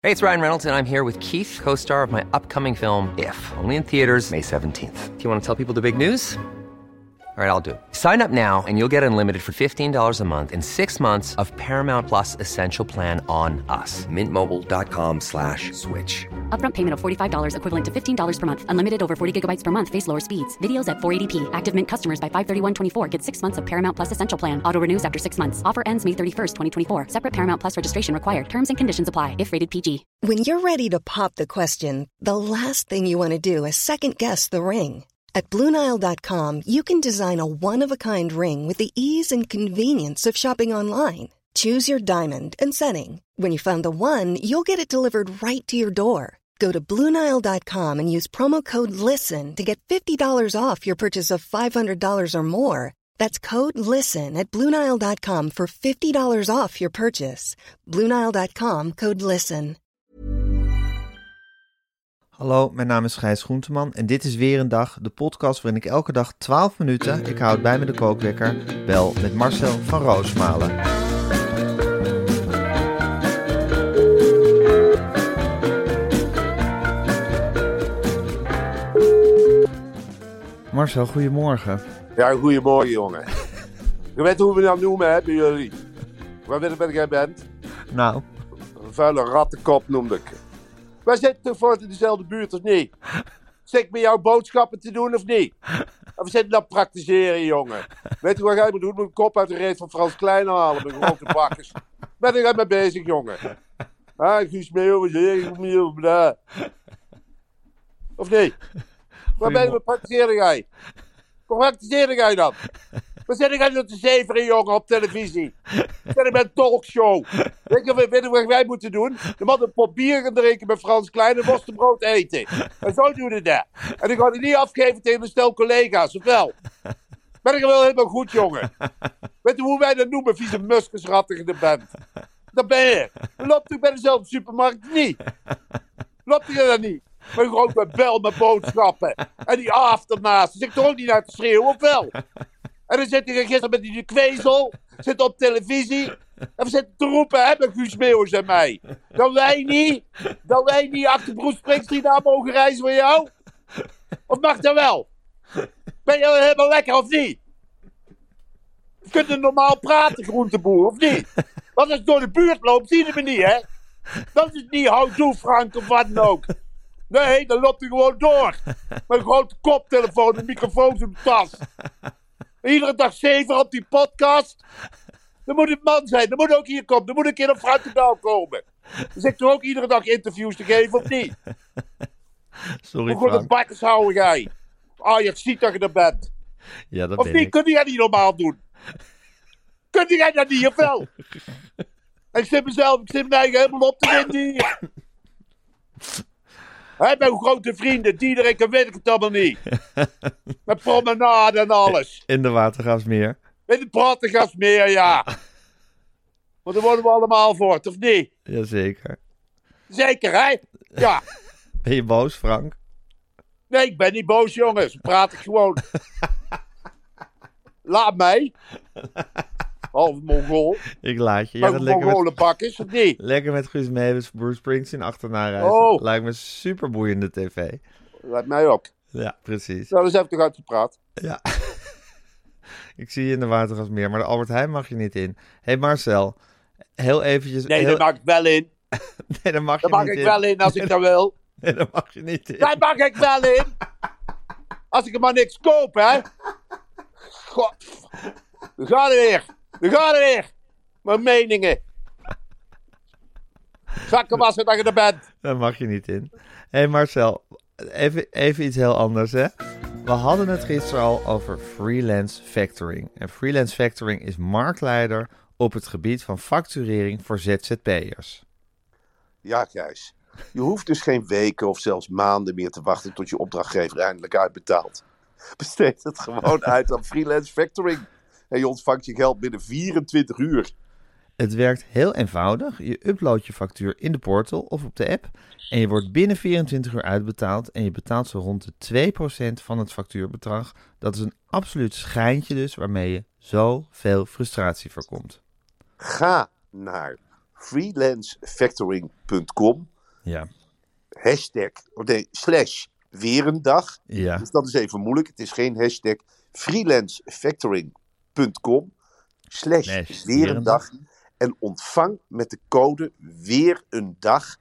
Hey, it's Ryan Reynolds, and I'm here with Keith, co-star of my upcoming film, If, only in theaters May 17th. Do you want to tell people the big news? All right, I'll do it. Sign up now and you'll get unlimited for $15 a month and 6 months of Paramount Plus Essential Plan on us. MintMobile.com/switch. Upfront payment of $45 equivalent to $15 per month. Unlimited over 40 gigabytes per month. Face lower speeds. Videos at 480p. Active Mint customers by 531.24 get 6 months of Paramount Plus Essential Plan. Auto renews after 6 months. Offer ends May 31st, 2024. Separate Paramount Plus registration required. Terms and conditions apply if rated PG. When you're ready to pop the question, the last thing you want to do is second-guess the ring. At BlueNile.com, you can design a one-of-a-kind ring with the ease and convenience of shopping online. Choose your diamond and setting. When you find the one, you'll get it delivered right to your door. Go to BlueNile.com and use promo code LISTEN to get $50 off your purchase of $500 or more. That's code LISTEN at BlueNile.com for $50 off your purchase. BlueNile.com, code LISTEN. Hallo, mijn naam is Gijs Groenteman en dit is weer een dag, de podcast waarin ik elke dag 12 minuten, ik houd bij me de kookwekker, bel met Marcel van Roosmalen. Marcel, goedemorgen. Ja, goedemorgen jongen. Je weet hoe we dat noemen hè, bij jullie. Waar weet ik wat jij bent? Nou? Een vuile rattenkop noemde ik. Wij zitten toch voort in dezelfde buurt of niet? Zit ik met jouw boodschappen te doen of niet? Of zitten dat praktiseren, jongen? Weet je wat jij moet doen? Moet een kop uit de reet van Frans Klein halen met grote bakkers. Ben ik mee bezig, jongen? Ah, Guus Meeuwen, bla. Of niet? Waar ben je met praktiseren jij? Waar praktiseren jij dan? Waar zit ik aan te zeveren, jongen, op televisie? Zit ik met een talkshow? Weet je wat wij moeten doen? Je moet een pot bier gaan drinken met Frans Klein en worstenbrood eten. En zo doen we dat. En ik ga het niet afgeven tegen een stel collega's, of wel? Ben ik wel helemaal goed, jongen? Weet je hoe wij dat noemen, vieze muskusrattig in de band? Dat ben je. Loopt u bij dezelfde supermarkt niet? Loopt u dat niet? Maar gewoon met bel met boodschappen. En die afternaast. Zit ik toch ook niet naar te schreeuwen, of wel? En dan zit hij gisteren met die kwezel. Zit op televisie. En we zitten te roepen, hè, met Guus Meeuwis en mij. Dat wij niet achter Bruce Springsteen aan mogen reizen voor jou? Of mag dat wel? Ben je helemaal lekker, of niet? Je kunt er normaal praten, groenteboer, of niet? Want als het door de buurt loopt, zie je me niet, hè? Dat is niet houdoe, Frank, of wat dan ook. Nee, dan loopt hij gewoon door. Met een grote koptelefoon en microfoons in de tas. En iedere dag 7 op die podcast. Dan moet het man zijn. Dan moet ook hier komen. Dan moet een keer op Frank de Douw komen. Dan zit er ook iedere dag interviews te geven, of niet? Sorry, Hoe goed een bakkers houden jij? Je ziet dat je er bent. Ja, dat of ben niet? ik. Kun jij niet normaal doen? Kun jij dat niet, of wel? En ik zit mijn eigen helemaal op te winden hier. Mijn grote vrienden, Diederik en weet ik het allemaal niet. Met promenade en alles. In de Watergraafsmeer. In de Watergraafsmeer, ja. Want daar worden we allemaal voort, of niet? Jazeker. Zeker, hè? Ja. Ben je boos, Frank? Nee, ik ben niet boos, jongens. Praat ik gewoon. Laat mij. Half Mongool. Ik laat je. Jij gaat lekker Mongolenbakkers, of niet? lekker met Guus Meeuwis, Bruce Springsteen achterna reizen. Oh. Lijkt me super boeiende tv. Lijkt mij ook. Ja, precies. Nou, dus heb ik toch uitgepraat. Ja. Ik zie je in de Watergasmeer, maar de Albert Heijn mag je niet in. Hé Marcel, heel eventjes... Nee, daar mag ik wel in. Nee, daar mag je Daar mag niet ik in. wel in als ik dat wil. Nee, daar mag je niet in. Daar mag ik wel in. Als ik er maar niks koop, hè. God. We gaan er weer. Mijn meningen. Zakken wassen dat je er bent. Daar mag je niet in. Hé Marcel, even iets heel anders, hè. We hadden het gisteren al over freelance factoring. En freelance factoring is marktleider op het gebied van facturering voor ZZP'ers. Ja, Gijs. Je hoeft dus geen weken of zelfs maanden meer te wachten tot je opdrachtgever eindelijk uitbetaalt. Besteed het gewoon uit aan freelance factoring. En je ontvangt je geld binnen 24 uur. Het werkt heel eenvoudig. Je uploadt je factuur in de portal of op de app. En je wordt binnen 24 uur uitbetaald. En je betaalt zo rond de 2% van het factuurbedrag. Dat is een absoluut schijntje dus, waarmee je zoveel frustratie voorkomt. Ga naar freelancefactoring.com Ja. Slash weer een dag. Ja. Dus dat is even moeilijk. Het is geen hashtag freelancefactoring.com / weer een dag. En ontvang met de code weer een dag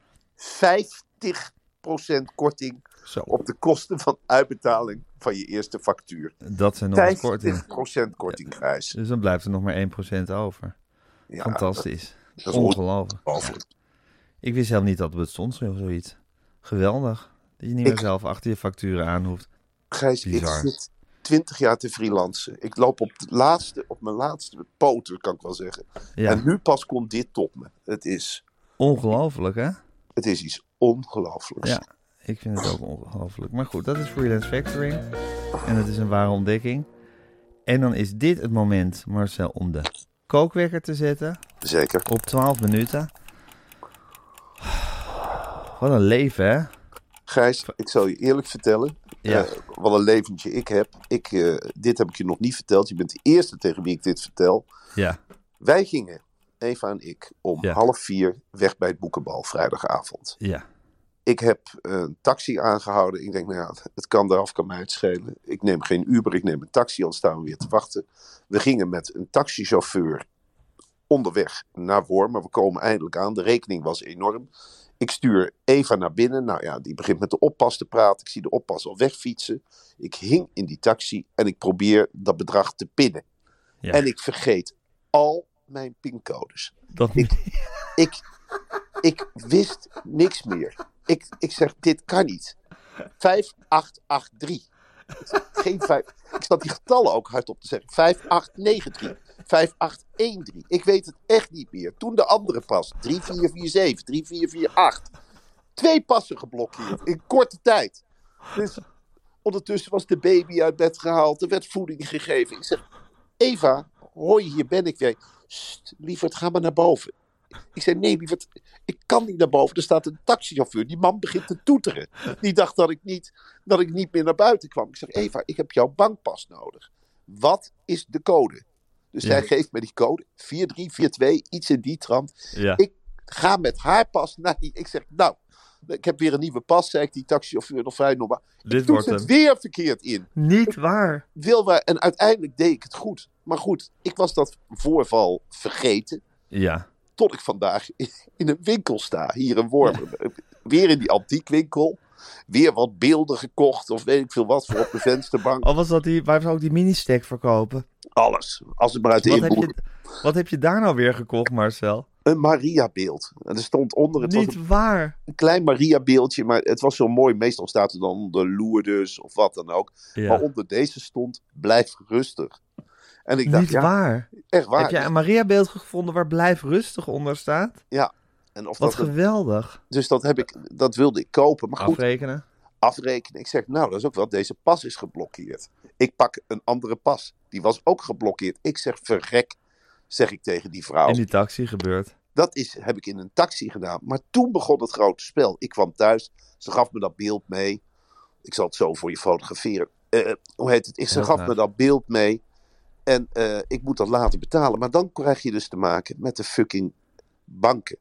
50% korting Zo. op de kosten van uitbetaling van je eerste factuur. Dat zijn nog eens korting. 50% korting, Gijs. Dus dan blijft er nog maar 1% over. Ja, Fantastisch. dat is Ongelooflijk. ongelooflijk. Ik wist helemaal niet dat het bestond, zoiets. Geweldig. Dat je niet meer zelf achter je facturen aan hoeft. Gijs, Bizar. ik zit 20 jaar te freelancen. Ik loop op mijn laatste poten, kan ik wel zeggen. Ja. En nu pas komt dit tot me. Het is Ongelooflijk, hè? iets ongelooflijks. Ja, ik vind het ook ongelooflijk. Maar goed, dat is freelance factoring. En dat is een ware ontdekking. En dan is dit het moment, Marcel, om de kookwekker te zetten. Zeker. Op 12 minuten. Wat een leven, hè? Gijs, ik zal je eerlijk vertellen. Ja. Wat een leventje ik heb. Dit heb ik je nog niet verteld. Je bent de eerste tegen wie ik dit vertel. Ja. Wij gingen, Eva en ik, om 3:30 weg bij het boekenbal vrijdagavond. Ja. Ik heb een taxi aangehouden. Ik denk, nou ja, het kan eraf, kan mij het schelen. Ik neem geen Uber, ik neem een taxi, anders staan we weer te wachten. We gingen met een taxichauffeur onderweg naar Wormer. We komen eindelijk aan. De rekening was enorm. Ik stuur Eva naar binnen. Nou ja, die begint met de oppas te praten. Ik zie de oppas al wegfietsen. Ik hing in die taxi en ik probeer dat bedrag te pinnen. Ja. En ik vergeet al mijn pincodes. Dat niet. Ik wist niks meer. Ik zeg, dit kan niet. 5883. Geen 5. Ik zat die getallen ook hardop te zeggen. 5893. 5813. Ik weet het echt niet meer. Toen de andere pas. 3447. 3448. 2 passen geblokkeerd. In korte tijd. Dus ondertussen was de baby uit bed gehaald. Er werd voeding gegeven. Ik zeg, Eva, hoi, hier ben ik weer. Sst, lieverd, ga maar naar boven. Ik zei, nee, lieverd, ik kan niet naar boven. Er staat een taxichauffeur. Die man begint te toeteren. Die dacht dat ik niet meer naar buiten kwam. Ik zeg, Eva, ik heb jouw bankpas nodig. Wat is de code? Dus zij geeft me die code. 4342, iets in die trant. Ja. Ik ga met haar pas naar die... Ik zeg, nou, ik heb weer een nieuwe pas, zei ik die taxichauffeur nog vrij normaal. Ik doe het weer verkeerd in. Niet waar. En uiteindelijk deed ik het goed. Maar goed, ik was dat voorval vergeten. Ja. Tot ik vandaag in een winkel sta, hier in Wormer. Ja. Weer in die antiekwinkel. Weer wat beelden gekocht of weet ik veel wat voor op de vensterbank. Oh, was dat waar ze ook die mini-stack verkopen? Alles. Als het maar uit de inboedel. Wat heb je daar nou weer gekocht, Marcel? Een Maria-beeld. En er stond onder... Het niet was waar. Een klein Maria-beeldje, maar het was zo mooi. Meestal staat er dan onder Lourdes of wat dan ook. Ja. Maar onder deze stond, blijf rustig. En ik dacht, niet waar. Echt waar. Heb jij een Maria-beeld gevonden waar blijf rustig onder staat? Ja. En of wat geweldig. Dus dat wilde ik kopen. Maar goed, afrekenen. Ik zeg, nou, dat is ook wel, deze pas is geblokkeerd. Ik pak een andere pas. Die was ook geblokkeerd. Ik zeg, verrek, zeg ik tegen die vrouw. In die taxi gebeurd. Heb ik in een taxi gedaan. Maar toen begon het grote spel. Ik kwam thuis. Ze gaf me dat beeld mee. Ik zal het zo voor je fotograferen. Hoe heet het? Ze gaf me dat beeld mee. En ik moet dat later betalen. Maar dan krijg je dus te maken met de fucking banken.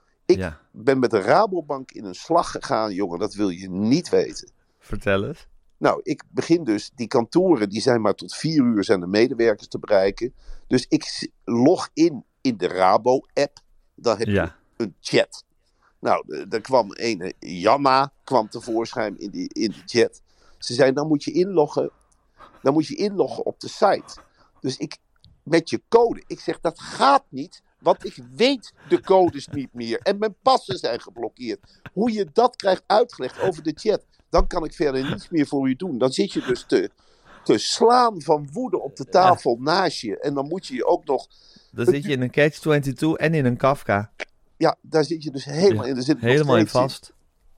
Ik ben met de Rabobank in een slag gegaan, jongen. Dat wil je niet weten. Vertel eens. Nou, ik begin dus... Die kantoren, die zijn maar tot 4 uur zijn de medewerkers te bereiken. Dus ik log in de Rabo-app. Dan heb je een chat. Nou, er kwam een Janna kwam tevoorschijn in de chat. Ze zei, dan moet je inloggen. Dan moet je inloggen op de site. Dus met je code. Ik zeg, dat gaat niet. Want ik weet de codes niet meer. En mijn passen zijn geblokkeerd. Hoe je dat krijgt uitgelegd over de chat. Dan kan ik verder niets meer voor je doen. Dan zit je dus te slaan van woede op de tafel naast je. En dan moet je ook nog... Dan zit je in een Catch-22 en in een Kafka. Ja, daar zit je dus helemaal in. Helemaal in vast.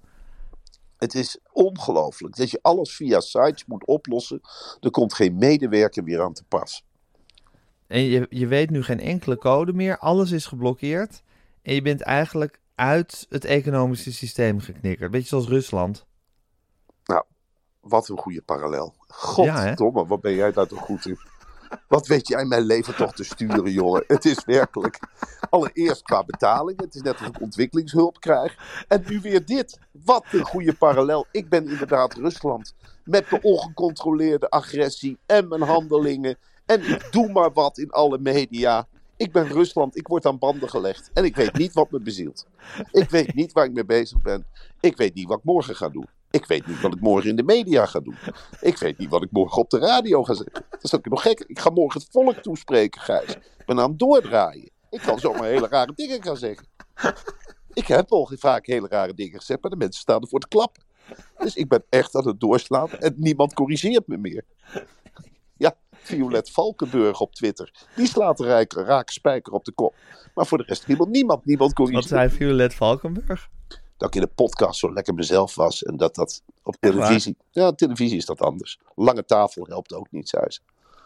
Het is ongelooflijk dat je alles via sites moet oplossen. Er komt geen medewerker meer aan te pas. En je weet nu geen enkele code meer. Alles is geblokkeerd. En je bent eigenlijk uit het economische systeem geknikkerd. Beetje zoals Rusland. Nou, wat een goede parallel. Godverdomme, wat ben jij daar toch goed in. Wat weet jij mijn leven toch te sturen, jongen? Het is werkelijk. Allereerst qua betaling. Het is net alsof ik ontwikkelingshulp krijg. En nu weer dit. Wat een goede parallel. Ik ben inderdaad Rusland. Met de ongecontroleerde agressie en mijn handelingen. En ik doe maar wat in alle media. Ik ben Rusland. Ik word aan banden gelegd. En ik weet niet wat me bezielt. Ik weet niet waar ik mee bezig ben. Ik weet niet wat ik morgen ga doen. Ik weet niet wat ik morgen in de media ga doen. Ik weet niet wat ik morgen op de radio ga zeggen. Dat is ook nog gek. Ik ga morgen het volk toespreken, Gijs. Ik ben aan het doordraaien. Ik kan zomaar hele rare dingen gaan zeggen. Ik heb al vaak hele rare dingen gezegd, maar de mensen staan ervoor te klappen. Dus ik ben echt aan het doorslaan en niemand corrigeert me meer. Ja, Violet Valkenburg op Twitter. Die slaat een rake spijker op de kop. Maar voor de rest niemand corrigeert. Wat zei Violet Valkenburg? Dat ik in de podcast zo lekker mezelf was. En dat op televisie... Ja, op televisie is dat anders. Lange tafel helpt ook niet, zei ze.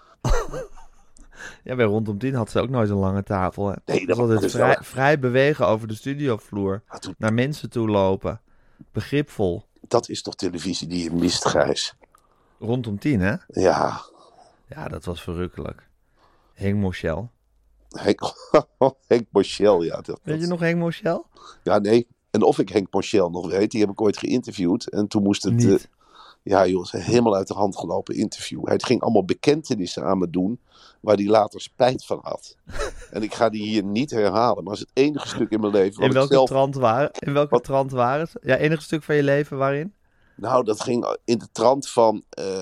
Ja, bij Rondom 10 had ze ook nooit een lange tafel. Hè? Nee, dat was altijd vrij bewegen over de studiovloer. Naar mensen toe lopen. Begripvol. Dat is toch televisie die je mist, Gijs? Rondom 10, hè? Ja. Ja, dat was verrukkelijk. Henk Moschel. Henk Moschel, ja. Weet je nog Henk Moschel? Ja, nee. En of ik Henk Moschel nog weet, die heb ik ooit geïnterviewd. En toen moest het... Niet. Ja, joh, het is een helemaal uit de hand gelopen interview. Hij ging allemaal bekentenissen aan me doen, waar hij later spijt van had. En ik ga die hier niet herhalen, maar het is het enige stuk in mijn leven... In welke trant waren het? Ja, enige stuk van je leven waarin? Nou, dat ging in de trant van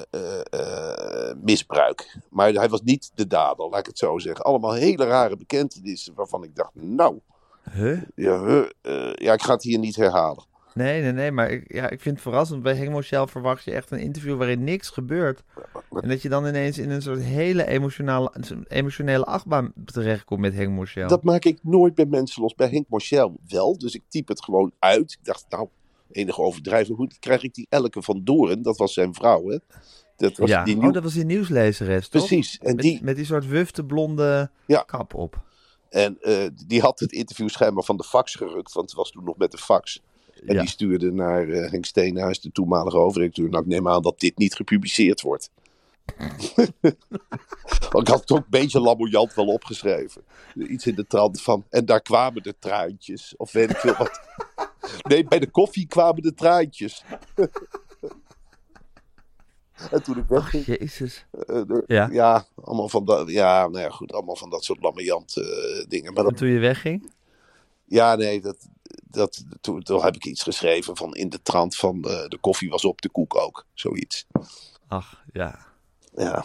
misbruik. Maar hij was niet de dader, laat ik het zo zeggen. Allemaal hele rare bekentenissen waarvan ik dacht, nou... Ja, ik ga het hier niet herhalen. Nee, maar ik vind het verrassend. Bij Henk Moschel verwacht je echt een interview waarin niks gebeurt. En dat je dan ineens in een soort hele emotionele achtbaan terechtkomt met Henk Moschel. Dat maak ik nooit bij mensen los. Bij Henk Moschel wel, dus ik typ het gewoon uit. Ik dacht, nou, enige overdrijving. Goed, krijg ik die Elke van Doorn, dat was zijn vrouw, hè? Dat was dat was die nieuwslezeres, toch? Precies. En met die soort wufte blonde kap op. En die had het interview schijnbaar van de fax gerukt, want het was toen nog met de fax. En die stuurde naar Henk Steenhuis, de toenmalige hoofdredacteur. Nou, ik neem aan dat dit niet gepubliceerd wordt. Ik had het ook een beetje lamoyant wel opgeschreven. Iets in de trant van, en daar kwamen de traantjes. Of weet ik veel wat. Nee, bij de koffie kwamen de traantjes. En toen ik wegging... Ach, jezus. Ja, allemaal van dat... Ja, nou ja, goed, allemaal van dat soort lamoyant dingen. Maar en toen je wegging? Ja, nee, toen heb ik iets geschreven van in de trant van de koffie was op, de koek ook. Zoiets. Ach, ja. Ja.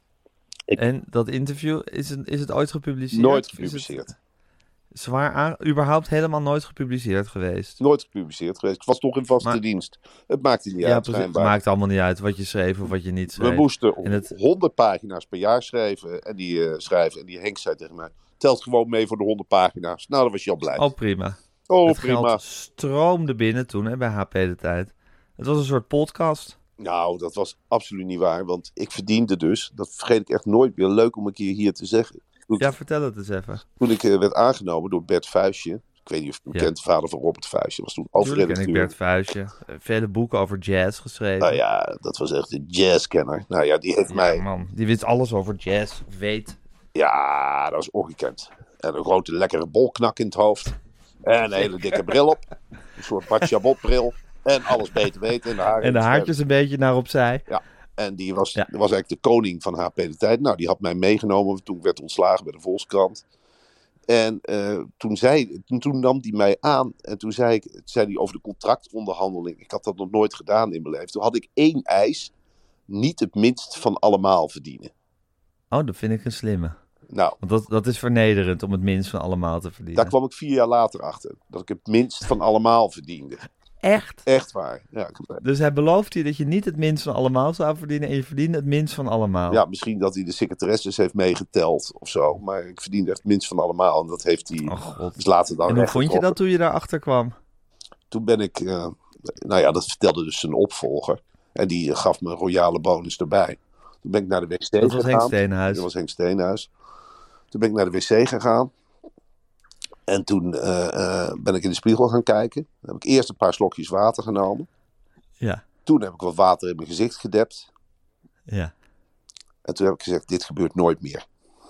En dat interview, is het ooit gepubliceerd? Nooit gepubliceerd. Überhaupt helemaal nooit gepubliceerd geweest? Nooit gepubliceerd geweest. Ik was toch in vaste dienst. Het maakte niet uit, schijnbaar. Het maakt allemaal niet uit wat je schreef of wat je niet schreef. We moesten 100 pagina's per jaar schrijven. En die Henk zei tegen mij, telt gewoon mee voor de 100 pagina's. Nou, dan was je al blij. Oh, prima. Het prima. Geld stroomde binnen toen, hè, bij HP de Tijd. Het was een soort podcast. Nou, dat was absoluut niet waar. Want ik verdiende dus, dat vergeet ik echt nooit meer, leuk om een keer hier te zeggen. Vertel het eens even. Toen ik werd aangenomen door Bert Vuijsje. Ik weet niet of je hem kent, vader van Robert Vuijsje. Was toen hoofdredacteur. Ken ik Bert Vuijsje. Vele boeken over jazz geschreven. Nou ja, dat was echt een jazzkenner. Nou ja, die heeft mij... man, die wist alles over jazz, weet. Ja, dat was ongekend. En een grote lekkere bolknak in het hoofd. En een hele dikke bril op. Een soort Batjabot bril. En alles beter weten. En de haartjes een beetje naar opzij. Ja. En die was eigenlijk de koning van HP de Tijd. Nou, die had mij meegenomen toen ik werd ontslagen bij de Volkskrant. En toen nam die mij aan. En toen zei hij over de contractonderhandeling. Ik had dat nog nooit gedaan in mijn leven. Toen had ik 1 eis. Niet het minst van allemaal verdienen. Oh, dat vind ik een slimme. Nou, want dat is vernederend om het minst van allemaal te verdienen. Daar kwam ik 4 jaar later achter. Dat ik het minst van allemaal verdiende. Echt? Echt waar. Ja, dus hij belooft je dat je niet het minst van allemaal zou verdienen en je verdiende het minst van allemaal. Ja, misschien dat hij de secretaresses heeft meegeteld of zo. Maar ik verdiende echt het minst van allemaal. En dat heeft hij dus later dan. En hoe vond je dat toen je daarachter kwam? Toen ben ik, dat vertelde dus zijn opvolger. En die gaf me een royale bonus erbij. Toen ben ik naar de wc gegaan. Dat was Henk Steenhuis. Dat was Henk Steenhuis. Toen ben ik naar de wc gegaan. En toen ben ik in de spiegel gaan kijken. Dan heb ik eerst een paar slokjes water genomen. Ja. Toen heb ik wat water in mijn gezicht gedept. Ja. En toen heb ik gezegd, dit gebeurt nooit meer.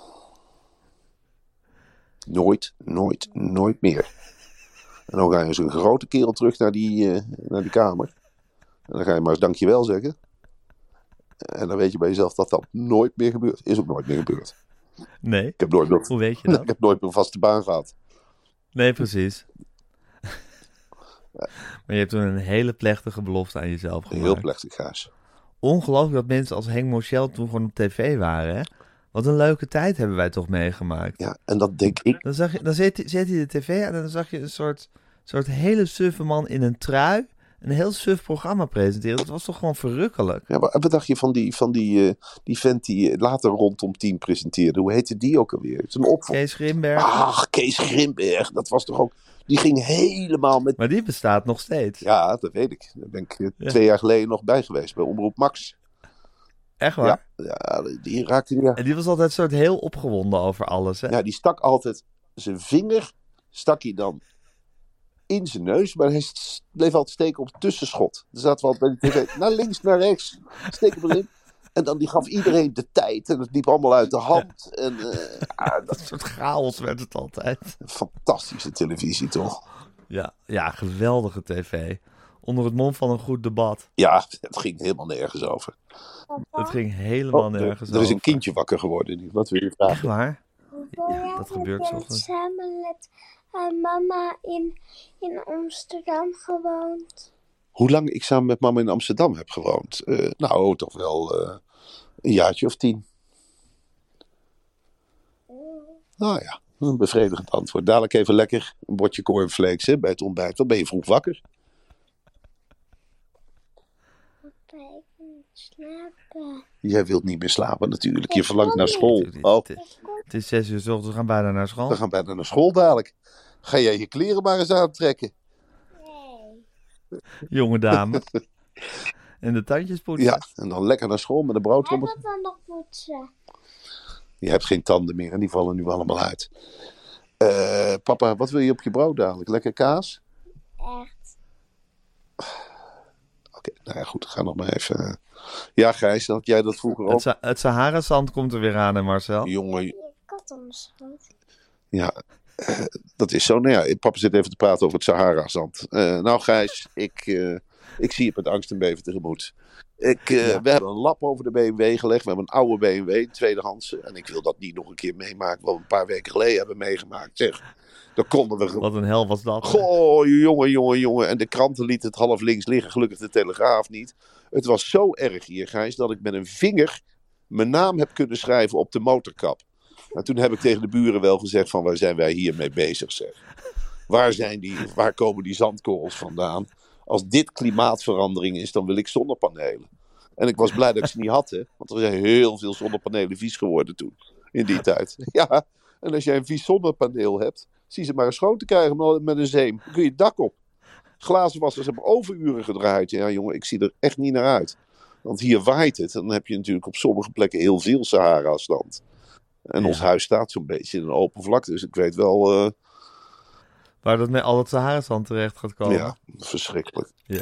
Nooit meer. En dan ga je als een grote kerel terug naar die kamer. En dan ga je maar eens dankjewel zeggen. En dan weet je bij jezelf dat dat nooit meer gebeurt. Is ook nooit meer gebeurd. Nee? Ik heb nooit meer, Hoe weet je dat? ik heb nooit meer een vaste baan gehad. Nee, precies. Maar je hebt toen een hele plechtige belofte aan jezelf gemaakt. Heel plechtig, Gijs. Ongelooflijk dat mensen als Henk Moschel toen gewoon op tv waren, hè? Wat een leuke tijd hebben wij toch meegemaakt. Ja, en dat denk ik. Dan zet hij de tv aan en dan zag je een soort hele suffe man in een trui een heel suf programma presenteren. Dat was toch gewoon verrukkelijk. Ja, maar wat dacht je van die vent die later rondom 10 presenteerde? Hoe heette die ook alweer? Het is een Kees Grimberg. Ach, Kees Grimberg. Dat was toch ook... Die ging helemaal met... Maar die bestaat nog steeds. Ja, dat weet ik. Daar ben ik 2 jaar geleden nog bij geweest. Bij Omroep Max. Echt waar? Ja, die raakte niet. En die was altijd soort heel opgewonden over alles, hè? Ja, die stak altijd zijn vinger, stak hij dan in zijn neus, maar hij bleef altijd steken op het tussenschot. Dan zaten we altijd bij de tv, naar links, naar rechts, steek hem erin. En dan die gaf iedereen de tijd en het liep allemaal uit de hand. En, dat soort chaos werd het altijd. Fantastische televisie, toch? Ja, geweldige tv. Onder het mom van een goed debat. Ja, het ging helemaal nergens over. Het ging helemaal nergens over. Er is een kindje wakker geworden nu. Wat wil je vragen? Echt waar? Ja, dat gebeurt zo. Samen met mama in Amsterdam gewoond. Hoe lang ik samen met mama in Amsterdam heb gewoond? Nou, toch wel een jaartje of 10. Nou ja, een bevredigend antwoord. Dadelijk even lekker een bordje cornflakes bij het ontbijt. Dan ben je vroeg wakker. Ik wil niet slapen. Jij wilt niet meer slapen natuurlijk. Je verlangt naar school. Oh, Het is 6 uur 's ochtends, we gaan bijna naar school. we gaan bijna naar school dadelijk. Ga jij je kleren maar eens aantrekken? Nee. Jonge dame. En de tandjes poetsen. Ja, en dan lekker naar school met een broodtrommel. Hij gaat dan nog poetsen. Je hebt geen tanden meer en die vallen nu allemaal uit. Papa, wat wil je op je brood dadelijk? Lekker kaas? Echt. Oké, nou ja, goed, ga nog maar even. Ja, Gijs, had jij dat vroeger ook? Het Sahara-zand komt er weer aan, hè Marcel? Jongen, Ik had hem schoot. ja, dat is zo. Nou ja, papa zit even te praten over het Sahara-zand. Nou, Gijs, ik zie het met angst en beven tegemoet. We hebben een lap over de BMW gelegd. We hebben een oude BMW, een tweedehands. En ik wil dat niet nog een keer meemaken wat we een paar weken geleden hebben meegemaakt. Zeg, dan konden we... Wat een hel was dat. Goh, jongen. En de kranten lieten het half links liggen. Gelukkig de Telegraaf niet. Het was zo erg hier, Gijs, dat ik met een vinger mijn naam heb kunnen schrijven op de motorkap. En toen heb ik tegen de buren wel gezegd van, waar zijn wij hiermee bezig, zeg. Waar komen die zandkorrels vandaan? Als dit klimaatverandering is, dan wil ik zonnepanelen. En ik was blij dat ik ze niet had, hè. Want er zijn heel veel zonnepanelen vies geworden toen. In die tijd. Ja, en als jij een vies zonnepaneel hebt, zie ze maar eens schoon te krijgen met een zeem. Dan kun je het dak op. Glazenwassers hebben overuren gedraaid. Ja, jongen, ik zie er echt niet naar uit. Want hier waait het. En dan heb je natuurlijk op sommige plekken heel veel Sahara-stand. En ons huis staat zo'n beetje in een open vlakte. Dus ik weet wel... Waar dat met al het Sahara-zand terecht gaat komen. Ja, verschrikkelijk. Ja.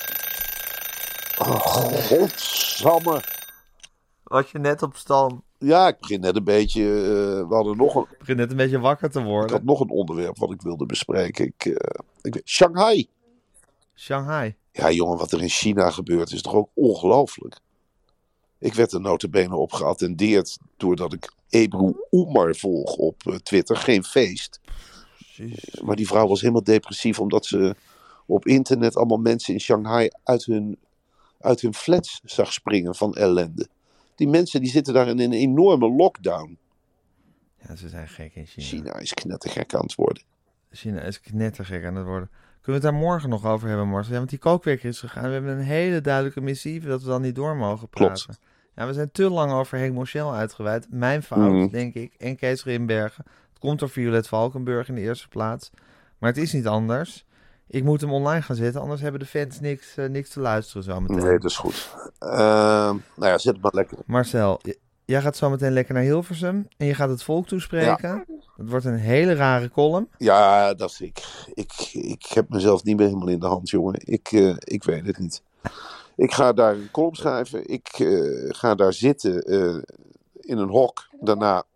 Oh, godsamme. Was je net op stal? Ja, ik begin net een beetje... we hadden nog een... Ik begin net een beetje wakker te worden. Ik had nog een onderwerp wat ik wilde bespreken. Ik weet, Shanghai. Shanghai. Ja, jongen, wat er in China gebeurt is toch ook ongelooflijk. Ik werd er nota bene op geattendeerd doordat ik Ebru Umar volg op Twitter. Geen feest. Jezus. Maar die vrouw was helemaal depressief omdat ze op internet allemaal mensen in Shanghai uit hun flats zag springen van ellende. Die mensen die zitten daar in een enorme lockdown. Ja, ze zijn gek in China. China is knettergek aan het worden. China is knettergek aan het worden. Kunnen we het daar morgen nog over hebben, Marcel? Ja, want die kookwekker is gegaan. We hebben een hele duidelijke missieve dat we dan niet door mogen praten. Klopt. Ja, we zijn te lang over Henk Moschel uitgeweid. Mijn fout, denk ik. En Kees Grimbergen. Het komt door Violet Valkenburg in de eerste plaats. Maar het is niet anders. Ik moet hem online gaan zetten, anders hebben de fans niks te luisteren zometeen. Nee, dat is goed. Nou ja, zet het maar lekker. Marcel, jij gaat zometeen lekker naar Hilversum en je gaat het volk toespreken. Ja. Dat wordt een hele rare column. Ja, dat is ik. Ik heb mezelf niet meer helemaal in de hand, jongen. Ik weet het niet. Ik ga daar een column schrijven. Ik ga daar zitten in een hok. Daarna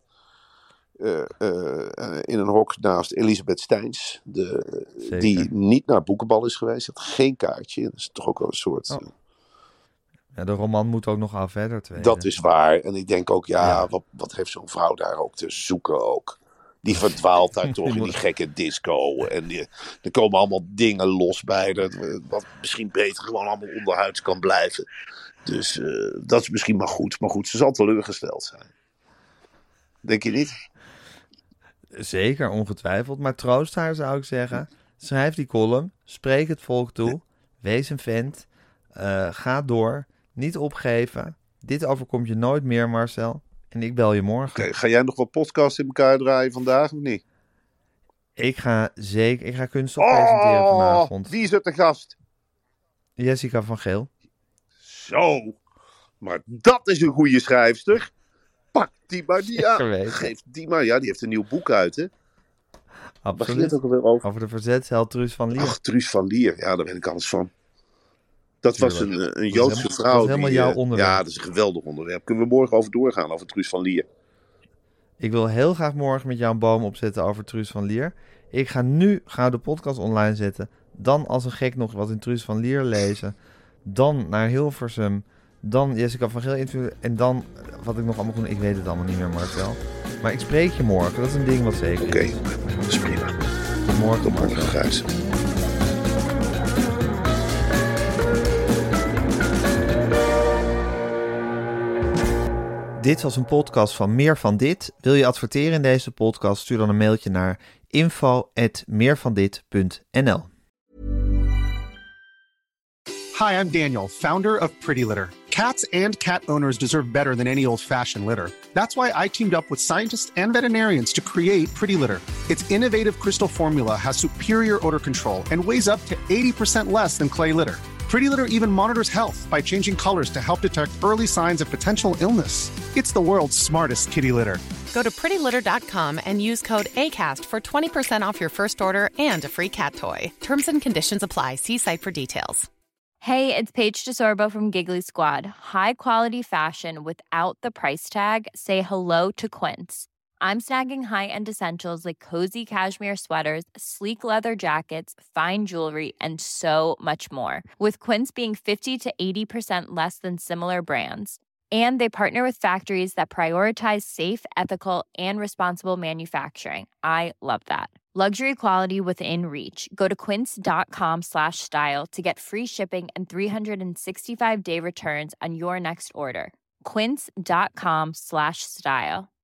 in een hok naast Elisabeth Steins. Die niet naar boekenbal is geweest. Had geen kaartje. Dat is toch ook wel een soort... Ja, de roman moet ook nog af, hè, tweede. Dat is waar. En ik denk ook, wat heeft zo'n vrouw daar ook te zoeken ook? Die verdwaalt daar toch in die gekke disco. En er komen allemaal dingen los bij. Wat misschien beter gewoon allemaal onderhuids kan blijven. Dus dat is misschien maar goed. Maar goed, ze zal teleurgesteld zijn. Denk je niet? Zeker, ongetwijfeld. Maar troost haar, zou ik zeggen. Schrijf die column. Spreek het volk toe. Wees een vent. Ga door. Niet opgeven. Dit overkomt je nooit meer, Marcel. En ik bel je morgen. Okay, ga jij nog wat podcasts in elkaar draaien vandaag of niet? Ik ga kunststof presenteren vanavond. Wie is er te gast? Jessica van Geel. Zo. Maar dat is een goede schrijfster. Pak die maar die aan. Geef die maar. Ja, die heeft een nieuw boek uit, hè? Absoluut. Ook alweer over de verzetsheld Truus van Lier. Ach, Truus van Lier. Ja, daar weet ik alles van. Dat was een Joodse vrouw. Dat is helemaal jouw onderwerp. Ja, dat is een geweldig onderwerp. Kunnen we morgen over doorgaan, over Truus van Lier. Ik wil heel graag morgen met jou een boom opzetten over Truus van Lier. Ik ga nu de podcast online zetten. Dan als een gek nog wat in Truus van Lier lezen. Dan naar Hilversum. Dan Jessica van Geel interviewen. En dan wat ik nog allemaal doe. Ik weet het allemaal niet meer, Marcel. Maar ik spreek je morgen. Dat is een ding wat zeker is. Oké, dat is prima. Tot morgen. Tot morgen, Gijs. Dit was een podcast van Meer van Dit. Wil je adverteren in deze podcast? Stuur dan een mailtje naar info@meervandit.nl. Hi, I'm Daniel, founder of Pretty Litter. Cats and cat owners deserve better than any old-fashioned litter. That's why I teamed up with scientists and veterinarians to create Pretty Litter. Its innovative crystal formula has superior odor control and weighs up to 80% less than clay litter. Pretty Litter even monitors health by changing colors to help detect early signs of potential illness. It's the world's smartest kitty litter. Go to prettylitter.com and use code ACAST for 20% off your first order and a free cat toy. Terms and conditions apply. See site for details. Hey, it's Paige DeSorbo from Giggly Squad. High quality fashion without the price tag. Say hello to Quince. I'm snagging high-end essentials like cozy cashmere sweaters, sleek leather jackets, fine jewelry, and so much more. With Quince being 50 to 80% less than similar brands. And they partner with factories that prioritize safe, ethical, and responsible manufacturing. I love that. Luxury quality within reach. Go to quince.com/style to get free shipping and 365-day returns on your next order. Quince.com/style.